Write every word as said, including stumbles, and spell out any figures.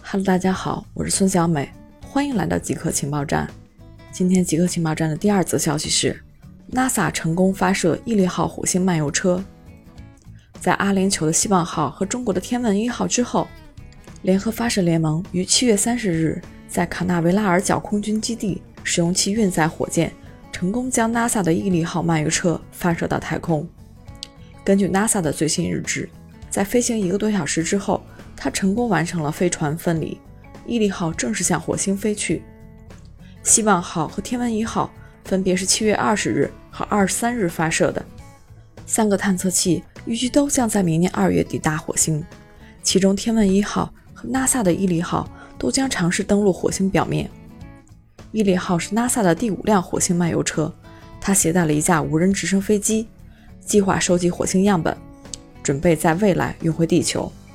Hello， 大家好，我是孙小美，欢迎来到极客情报站。今天极客情报站的第二则消息是 NASA 成功发射毅力号火星漫游车。在阿联酋的希望号和中国的天问一号之后，联合发射联盟于七月三十日在卡纳维拉尔角空军基地使用其运载火箭，成功将 NASA 的毅力号漫游车发射到太空。根据 NASA 的最新日志，在飞行一个多小时之后，它成功完成了飞船分离，毅力号正式向火星飞去。希望号和天文一号分别是七月二十日和二十三日发射的，三个探测器预计都将在明年二月抵达火星，其中天文一号和 NASA 的毅力号都将尝试登陆火星表面。毅力号是 NASA 的第五辆火星漫游车，它携带了一架无人直升飞机，计划收集火星样本，准备在未来运回地球。